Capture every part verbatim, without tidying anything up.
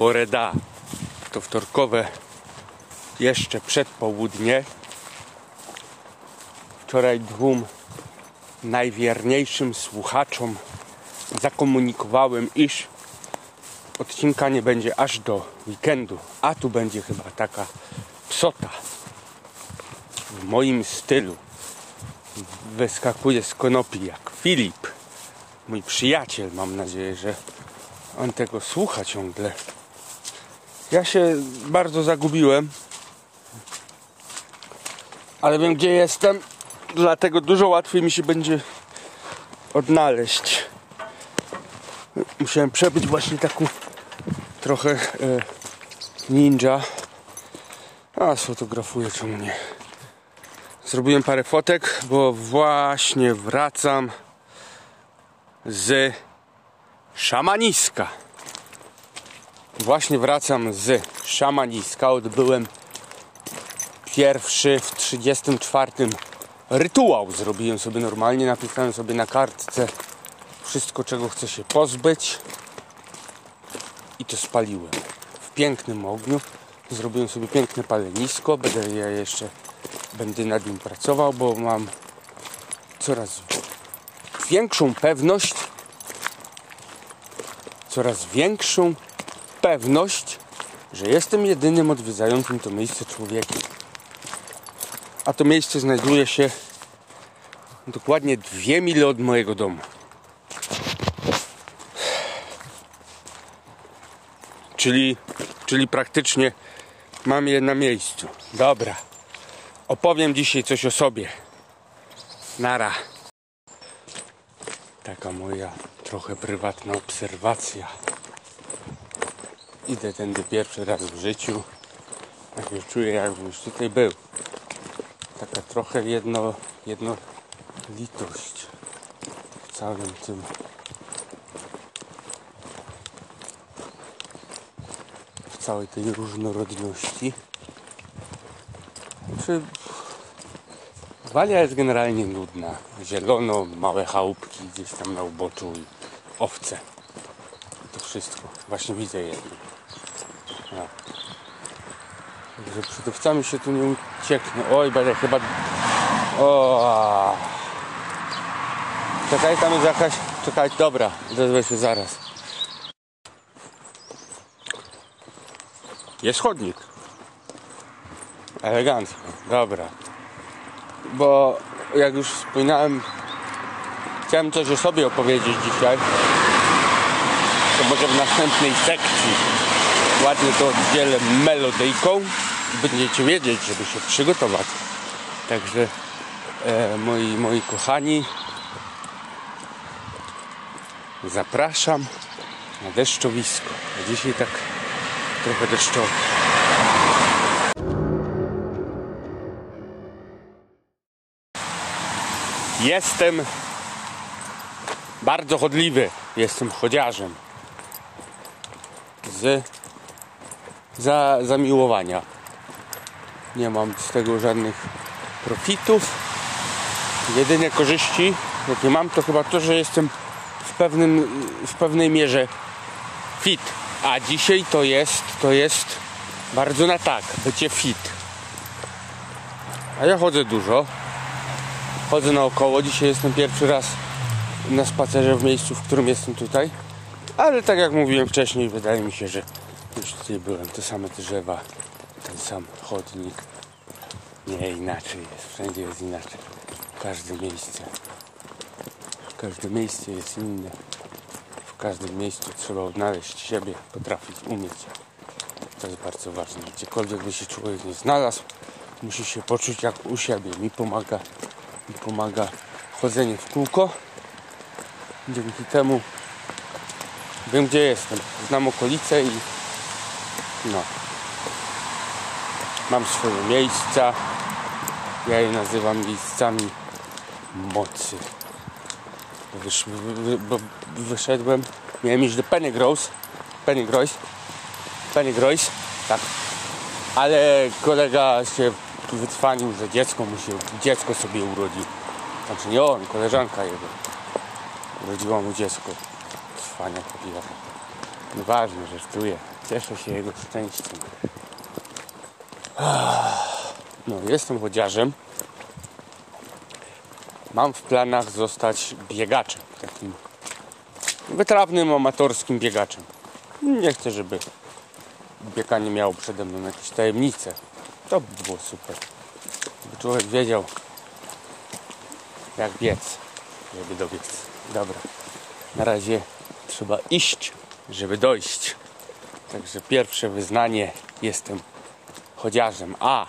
porę da. To wtorkowe jeszcze przedpołudnie. Wczoraj dwóm najwierniejszym słuchaczom zakomunikowałem, iż odcinka nie będzie aż do weekendu, a tu będzie chyba taka psota w moim stylu. Wyskakuje z konopi jak Filip, mój przyjaciel. Mam nadzieję, że on tego słucha ciągle. Ja się bardzo zagubiłem, ale wiem, gdzie jestem, dlatego dużo łatwiej mi się będzie odnaleźć. Musiałem przebyć właśnie taką trochę e, ninja. A, sfotografuję, czemu nie. Zrobiłem parę fotek, bo właśnie wracam z szamaniska. Właśnie wracam z szamaniska. Odbyłem pierwszy w trzydziestym czwartym rytuał. Zrobiłem sobie normalnie, napisałem sobie na kartce wszystko, czego chcę się pozbyć, i to spaliłem w pięknym ogniu. Zrobiłem sobie piękne palenisko. Będę ja jeszcze będę nad nim pracował, bo mam coraz większą pewność coraz większą pewność, że jestem jedynym odwiedzającym to miejsce człowiekiem. A to miejsce znajduje się dokładnie dwie mile od mojego domu. Czyli, czyli praktycznie mam je na miejscu. Dobra. Opowiem dzisiaj coś o sobie. Nara. Taka moja trochę prywatna obserwacja. Idę tędy pierwszy raz w życiu. Tak się czuję, jakbym już tutaj był. Taka trochę jedno, jednolitość w całym tym. W całej tej różnorodności. Znaczy, Walia jest generalnie nudna. Zielono, małe chałupki gdzieś tam na uboczu i owce. To wszystko. Właśnie widzę jedno. No. Także przed owcami się tu nie ucieknę. Oj, będę chyba... O. Czekaj, tam jest jakaś... Czekaj, dobra. Odezwę się zaraz. Jest chodnik. Elegancko. Dobra. Bo jak już wspominałem, chciałem coś o sobie opowiedzieć dzisiaj. To może w następnej sekcji ładnie to oddzielę melodyjką i będziecie wiedzieć, żeby się przygotować. Także e, moi, moi kochani, zapraszam na deszczowisko. A dzisiaj tak trochę deszczowo. Jestem bardzo chodliwy. Jestem chodziarzem. Z za, zamiłowania. Nie mam z tego żadnych profitów. Jedyne korzyści, jakie mam, to chyba to, że jestem w, pewnym, w pewnej mierze fit. A dzisiaj to jest, to jest bardzo na tak, bycie fit. A ja chodzę dużo. Chodzę naokoło. Dzisiaj jestem pierwszy raz na spacerze w miejscu, w którym jestem tutaj. Ale tak jak mówiłem wcześniej, wydaje mi się, że już tutaj byłem. Te same drzewa, ten sam chodnik. Nie, inaczej jest. Wszędzie jest inaczej. Każde miejsce. Każde miejsce jest inne. W każdym miejscu trzeba odnaleźć siebie, potrafić, umieć. To jest bardzo ważne. Gdziekolwiek by się człowiek nie znalazł, musi się poczuć jak u siebie. Mi pomaga, mi pomaga chodzenie w kółko. Dzięki temu wiem, gdzie jestem. Znam okolice i no. Mam swoje miejsca. Ja je nazywam miejscami mocy. Wysz, wy, wy, wyszedłem. Miałem iść do Pennygroes. Pennygroes. Pennygroes. Tak. Ale kolega się wycwanił, że dziecko mu się, dziecko sobie urodził. Znaczy nie on, koleżanka jego. Urodziła mu dziecko. Cwania kobieta. Nieważne, żartuję. Cieszę się jego szczęściem. No, jestem chodziarzem. Mam w planach zostać biegaczem. Takim wytrawnym, amatorskim biegaczem. Nie chcę, żeby bieganie miało przede mną jakieś tajemnice. To by było super. Żeby człowiek wiedział, jak biec, żeby dobiec. Dobra. Na razie trzeba iść, żeby dojść. Także pierwsze wyznanie, jestem chodziarzem. A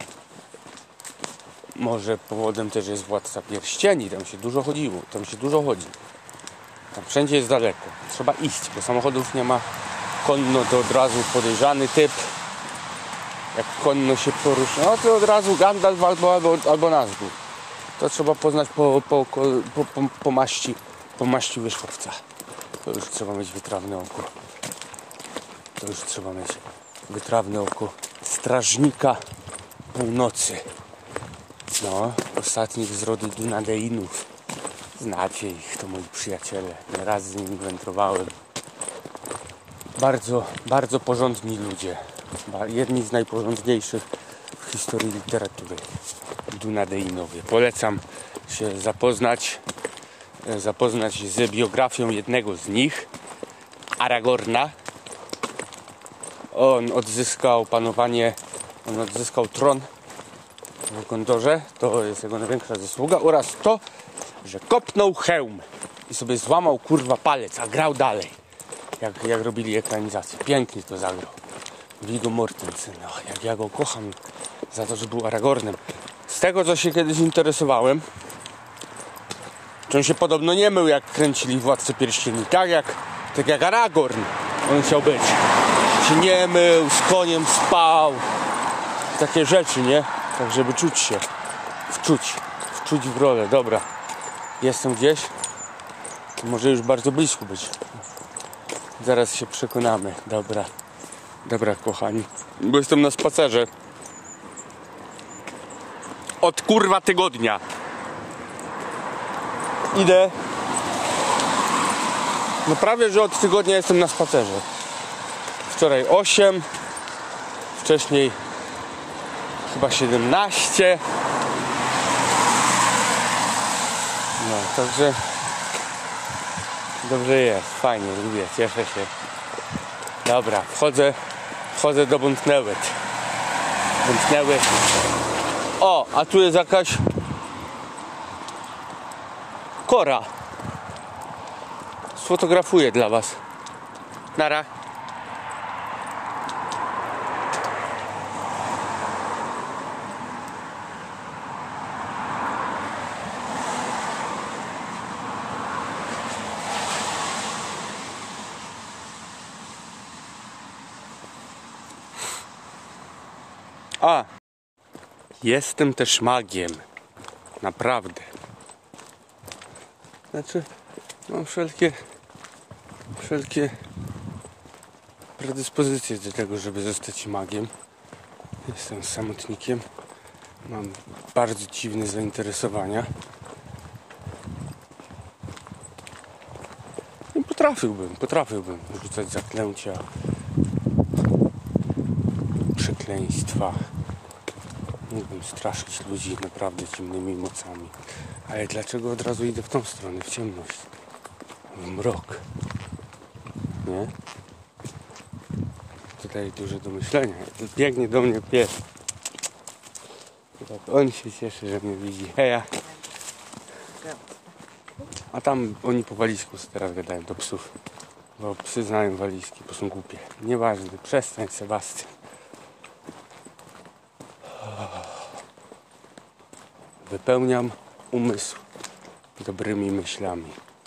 może powodem też jest Władca Pierścieni. Tam się dużo chodziło. Tam się dużo chodzi. Tam wszędzie jest daleko. Trzeba iść, bo samochodów nie ma. Konno to od razu podejrzany typ. Jak konno się porusza, no to od razu Gandalf albo, albo, albo Nazgûl. To trzeba poznać po, po, po, po, po maści po maści wierzchowca. To już trzeba mieć wytrawne oko. To już trzeba mieć wytrawne oko strażnika północy. No, ostatnich z rodu Dunadeinów. Znacie ich, to moi przyjaciele. Nieraz z nimi wędrowałem. Bardzo, bardzo porządni ludzie. Jedni z najporządniejszych w historii literatury. Dunadeinowie. Polecam się zapoznać zapoznać z biografią jednego z nich, Aragorna. On odzyskał panowanie, on odzyskał tron w Gondorze. To jest jego największa zasługa. Oraz to, że kopnął hełm i sobie złamał kurwa palec, a grał dalej. Jak, jak robili ekranizację. Pięknie to zagrał. Viggo Mortensen. No, jak ja go kocham za to, że był Aragornem. Z tego, co się kiedyś interesowałem, to on się podobno nie mył, jak kręcili Władcę Pierścieni. Tak jak, tak jak Aragorn on chciał być. Się nie mył, z koniem spał. Takie rzeczy, nie? Tak, żeby czuć się. Wczuć. Wczuć w rolę. Dobra. Jestem gdzieś. Może już bardzo blisko być. Zaraz się przekonamy. Dobra. Dobra, kochani. Bo jestem na spacerze. Od kurwa tygodnia. Idę. No prawie, że od tygodnia jestem na spacerze. Wczoraj osiem. Wcześniej chyba siedemnaście. No, także dobrze jest, fajnie, lubię, cieszę się. Dobra, wchodzę, wchodzę do Buntneuet. Buntneuet. O, a tu jest jakaś kora. Sfotografuję dla was. Nara. A, jestem też magiem. Naprawdę. Znaczy, mam wszelkie wszelkie predyspozycje do tego, żeby zostać magiem. Jestem samotnikiem. Mam bardzo dziwne zainteresowania. I potrafiłbym, potrafiłbym rzucać zaklęcia, przekleństwa. Mógłbym straszyć ludzi naprawdę ciemnymi mocami. Ale dlaczego od razu idę w tą stronę, w ciemność? W mrok. Nie? Tutaj dużo do myślenia. Biegnie do mnie pies. Tak, on się cieszy, że mnie widzi. Heja. A tam oni po walizku teraz gadają do psów. Bo psy znają walizki, bo są głupie. Nieważne, przestań, Sebastian. Wypełniam umysł dobrymi myślami.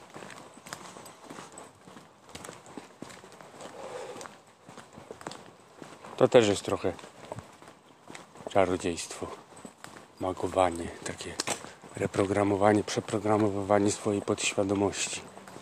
To też jest trochę czarodziejstwo, magowanie, takie reprogramowanie, przeprogramowywanie swojej podświadomości.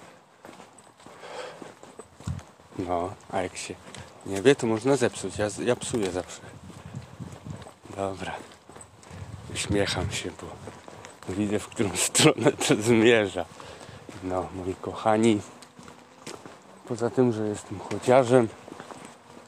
No, a jak się nie wie, to można zepsuć. Ja, ja psuję zawsze. Dobra. Uśmiecham się, bo widzę, w którą stronę to zmierza. No, moi kochani, poza tym, że jestem chociażem,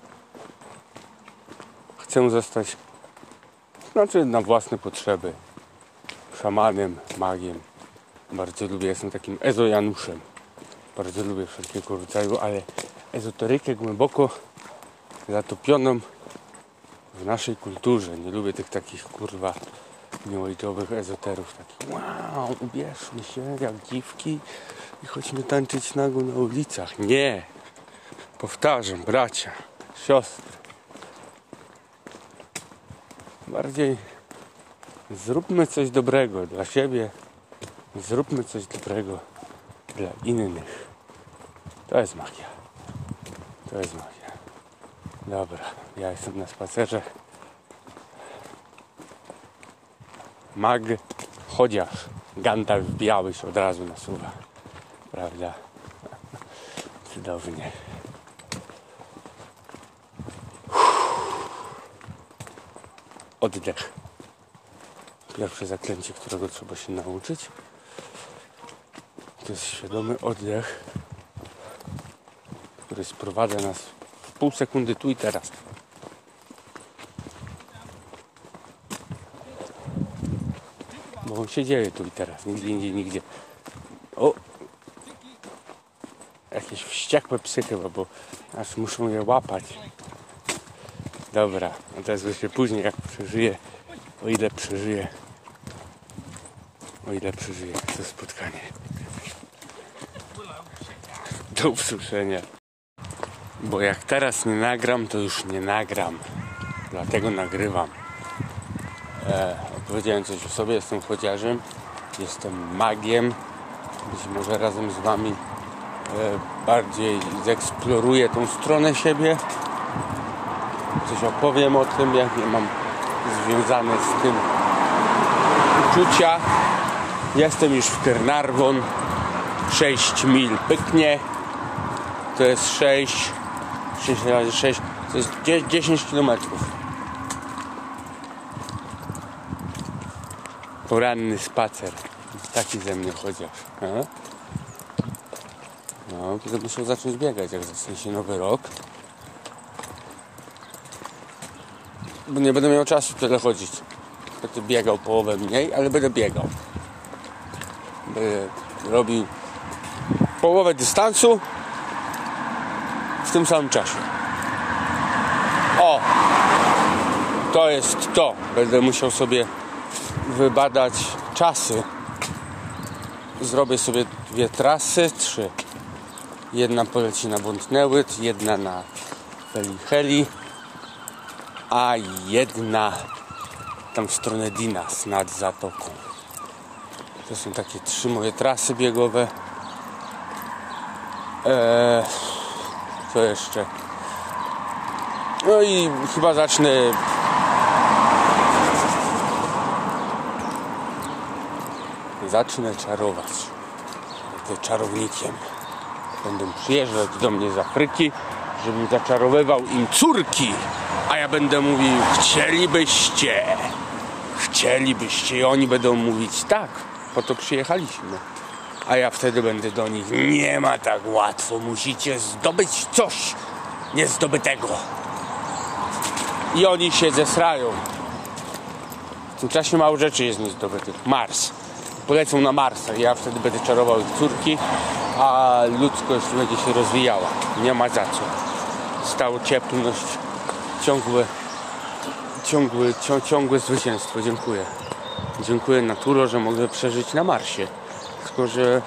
chcę zostać, znaczy na własne potrzeby, szamanem, magiem. Bardzo lubię, jestem takim ezojanuszem. Bardzo lubię wszelkiego rodzaju, ale ezoterykę głęboko zatopioną w naszej kulturze. Nie lubię tych takich kurwa nieojczowych ezoterów. Takich wow, ubierzmy się jak dziwki i chodźmy tańczyć nago na ulicach. Nie! Powtarzam, bracia, siostry. Bardziej zróbmy coś dobrego dla siebie. Zróbmy coś dobrego dla innych. To jest magia. To jest magia. Dobra, ja jestem na spacerze. Mag, chociaż Gandalf biały się od razu nasuwa. Prawda? Cudownie. Oddech. Pierwsze zaklęcie, którego trzeba się nauczyć, to jest świadomy oddech, który sprowadza nas w pół sekundy tu i teraz. Bo on się dzieje tu i teraz, nigdzie indziej, nigdzie. O! Jakieś wściekłe psy chyba, bo aż muszą je łapać. Dobra, a teraz się później jak przeżyję, o ile przeżyję, o ile przeżyję to spotkanie. Do usłyszenia. Bo jak teraz nie nagram, to już nie nagram. Dlatego nagrywam. E, opowiedziałem coś o sobie, jestem chociażem, jestem magiem. Być może razem z wami e, bardziej zeeksploruję tą stronę siebie. Coś opowiem o tym, jak nie mam związane z tym uczucia. Jestem już w Caernarvon. sześć mil pyknie. To jest sześć, sześć razy sześć, to jest dziesięć kilometrów. Poranny spacer. Taki ze mnie chociaż. A? No, potem muszę zacząć biegać, jak zacznie się nowy rok. Bo nie będę miał czasu tyle chodzić. Będę biegał połowę mniej, ale będę biegał. Będę robił połowę dystansu w tym samym czasie. O! To jest to. Będę musiał sobie wybadać czasy. Zrobię sobie dwie trasy, trzy. Jedna poleci na Bontnewyt, jedna na Feliheli, a jedna tam w stronę Dinas nad zatoką. To są takie trzy moje trasy biegowe. Eee, co jeszcze? No i chyba zacznę zacznę czarować. Będę czarownikiem. Będą przyjeżdżać do mnie z Afryki, żebym zaczarowywał im córki. A ja będę mówił, chcielibyście, chcielibyście. I oni będą mówić, tak, po to przyjechaliśmy. A ja wtedy będę do nich, nie ma tak łatwo, musicie zdobyć coś niezdobytego. I oni się zesrają. W tym czasie mało rzeczy jest niezdobytych. Mars. Polecą na Marsa. Ja wtedy będę czarował ich córki, a ludzkość będzie się rozwijała. Nie ma za co. Stała ciepłość, ciągłe, ciągłe, cią, ciągłe zwycięstwo. Dziękuję. Dziękuję naturo, że mogę przeżyć na Marsie. Tylko, że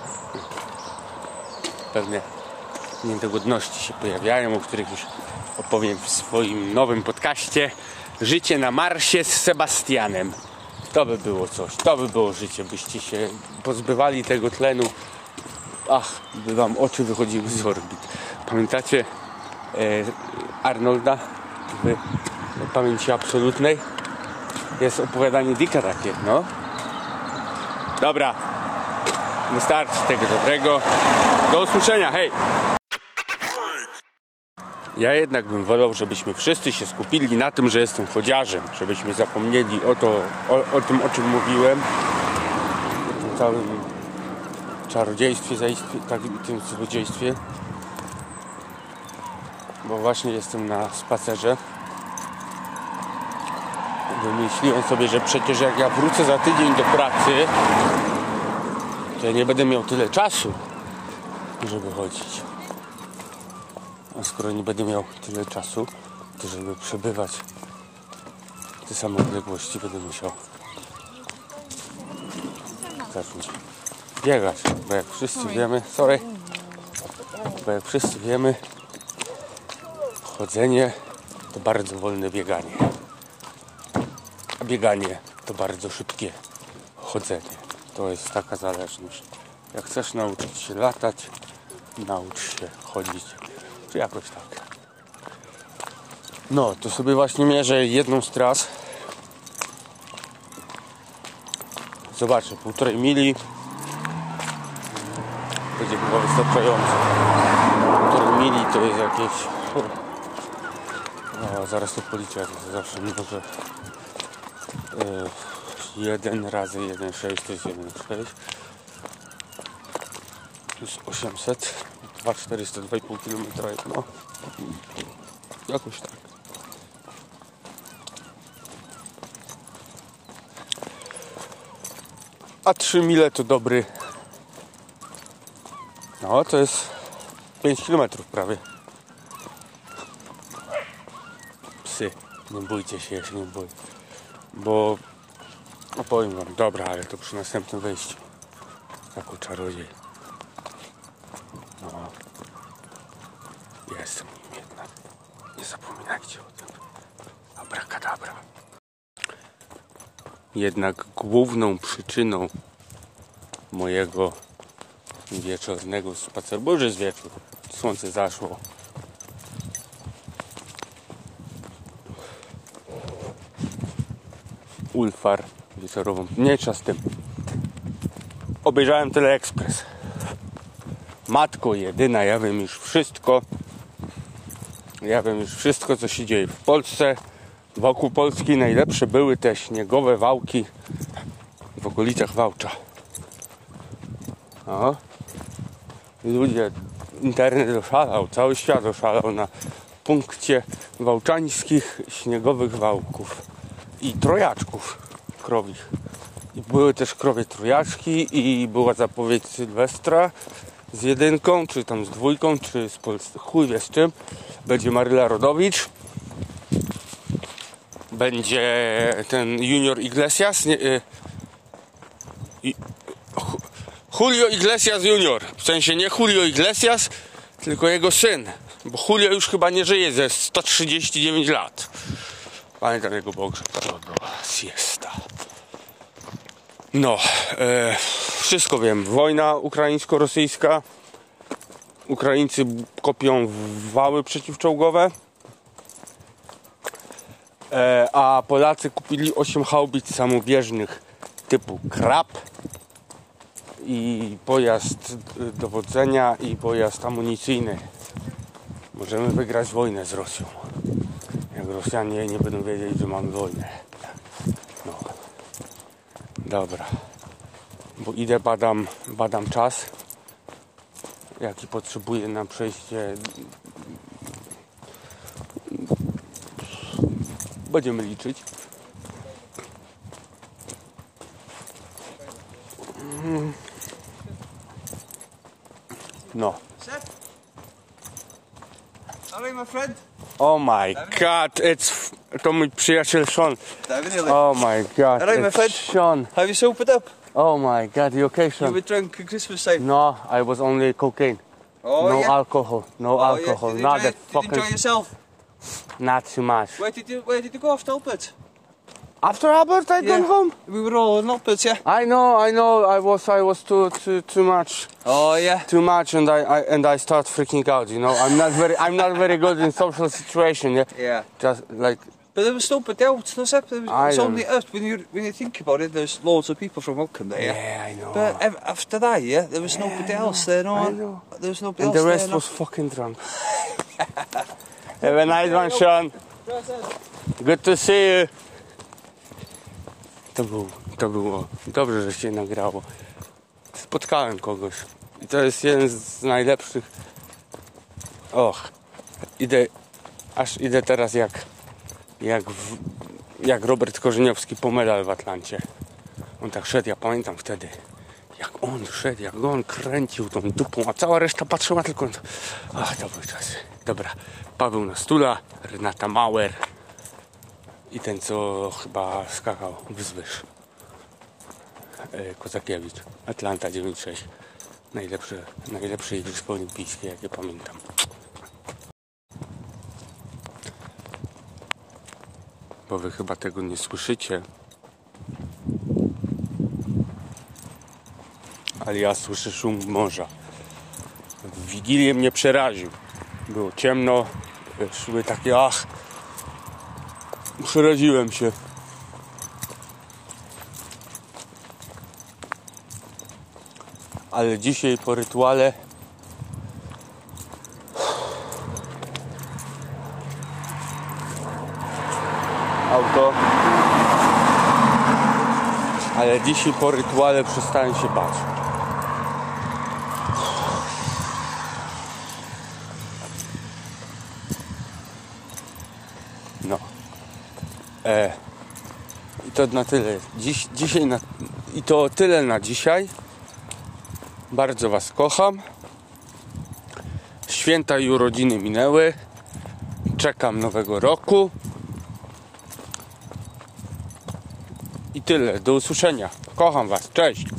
pewne niedogodności się pojawiają, o których już opowiem w swoim nowym podcaście Życie na Marsie z Sebastianem. To by było coś, to by było życie, byście się pozbywali tego tlenu. Ach, by wam oczy wychodziły z orbit. Pamiętacie e, Arnolda w Pamięci Absolutnej? Jest opowiadanie Dicka takie, no. Dobra, wystarczy tego dobrego. Do usłyszenia, hej! Ja jednak bym wolał, żebyśmy wszyscy się skupili na tym, że jestem chodziarzem. Żebyśmy zapomnieli o, to, o, o tym, o czym mówiłem. O tym całym czarodziejstwie, zaistwie, tak, tym czarodziejstwie. Bo właśnie jestem na spacerze. wymyśliłem sobie, że przecież jak ja wrócę za tydzień do pracy, to ja nie będę miał tyle czasu, żeby chodzić. A skoro nie będę miał tyle czasu, to żeby przebywać te same odległości, będę musiał zacząć biegać, bo jak wszyscy wiemy, sorry, bo jak wszyscy wiemy, chodzenie to bardzo wolne bieganie, a bieganie to bardzo szybkie chodzenie. To jest taka zależność. Jak chcesz nauczyć się latać, naucz się chodzić, czy jakoś tak. No, to sobie właśnie mierzę jedną z tras. Zobaczę, półtorej mili będzie chyba wystarczająco. Półtorej mili to jest jakieś... O, zaraz to policzę, to zawsze mi może... jeden razy jeden przecinek sześć to jest jeden przecinek sześć plus osiemset, dwa tysiące czterysta, dwa i pół kilometra, no jakoś tak. A trzy mile to dobry, no to jest pięć kilometrów prawie. Psy, nie bójcie się, ja się nie boję, bo no powiem wam, dobra, ale to przy następnym wejściu jako czarodziej. No, jestem nim jednak, nie zapominajcie o tym. Abracadabra. Jednak główną przyczyną mojego wieczornego spaceru, bo już jest wieczór, słońce zaszło, Ulfar wieczorową, mniejsza z tym, obejrzałem Teleekspres. Matko jedyna, ja wiem już wszystko, ja wiem już wszystko, co się dzieje w Polsce. Wokół Polski najlepsze były te śniegowe wałki w okolicach Wałcza. O. Ludzie, internet oszalał, cały świat oszalał na punkcie wałczańskich śniegowych wałków i trojaczków krowich. I były też krowie trojaczki i była zapowiedź Sylwestra z jedynką, czy tam z dwójką, czy z Polscy, chuj wie z czym. Będzie Maryla Rodowicz. Będzie ten Junior Iglesias, nie, y, y, Julio Iglesias Junior, w sensie nie Julio Iglesias, tylko jego syn, bo Julio już chyba nie żyje ze sto trzydzieści dziewięć lat. Pamiętam jego pogrzeb, to była siesta. No, e, wszystko wiem, wojna ukraińsko-rosyjska, Ukraińcy kopią wały przeciwczołgowe, e, a Polacy kupili osiem haubic samobieżnych typu Krab i pojazd dowodzenia i pojazd amunicyjny. Możemy wygrać wojnę z Rosją, jak Rosjanie nie będą wiedzieć, że mamy wojnę. No. Dobra, bo idę, badam, badam czas, jaki potrzebuję na przejście. Będziemy liczyć. No. Hello, my friend. Oh my god, it's... To mój przyjaciel Sean. Oh my god, Hello, my friend. it's Sean. Have you sobered up? Oh my god, you okay, You Sean? were drunk at Christmas time. No, I was only cocaine. Oh, No yeah. alcohol, no Oh, alcohol, yeah. Did you not enjoy, the did you enjoy fucking... yourself? Not too much. Where did you Where did you go after Albert? After Albert, I Yeah. gone home. We were all in Albert, yeah. I know, I know, I was, I was too, too, too much, Oh yeah. too much, and I, I, and I start freaking out. You know, I'm not very, I'm not very good in social situation. Yeah, Yeah. just like, But there was nobody else, no sir. There was, I it's don't- only us. When you when you think about it, there's loads of people from Welcome there. yeah, I know. But ev- after that, yeah, there was nobody I else know, there. No, I know. there was nobody And else the rest there. was fucking drunk. Have a nice one, Sean. Good to see you. To było, to było dobrze, że się nagrało. Spotkałem kogoś i to jest jeden z najlepszych. Och, idę, aż idę teraz jak, jak w, jak Robert Korzeniowski po medal w Atlancie. On tak szedł, ja pamiętam wtedy, jak on szedł, jak on kręcił tą dupą, a cała reszta patrzyła tylko na to. Ach, to były czasy. Dobra, Paweł Nastula, Renata Mauer i ten, co chyba skakał wzwyż. E, Kozakiewicz, Atlanta dziewięćdziesiąt sześć. Najlepsze, najlepsze igrzyska olimpijskie, jakie pamiętam. Bo wy chyba tego nie słyszycie. Ale ja słyszę szum morza. W Wigilię mnie przeraził. Było ciemno, szły takie ach. Przeraziłem się. Ale dzisiaj po rytuale auto. Ale dzisiaj po rytuale przestałem się bać. No. E. I to na tyle. Dziś, dzisiaj na, I to tyle na dzisiaj. Bardzo was kocham. Święta i urodziny minęły. Czekam nowego roku. I tyle. Do usłyszenia. Kocham was. Cześć.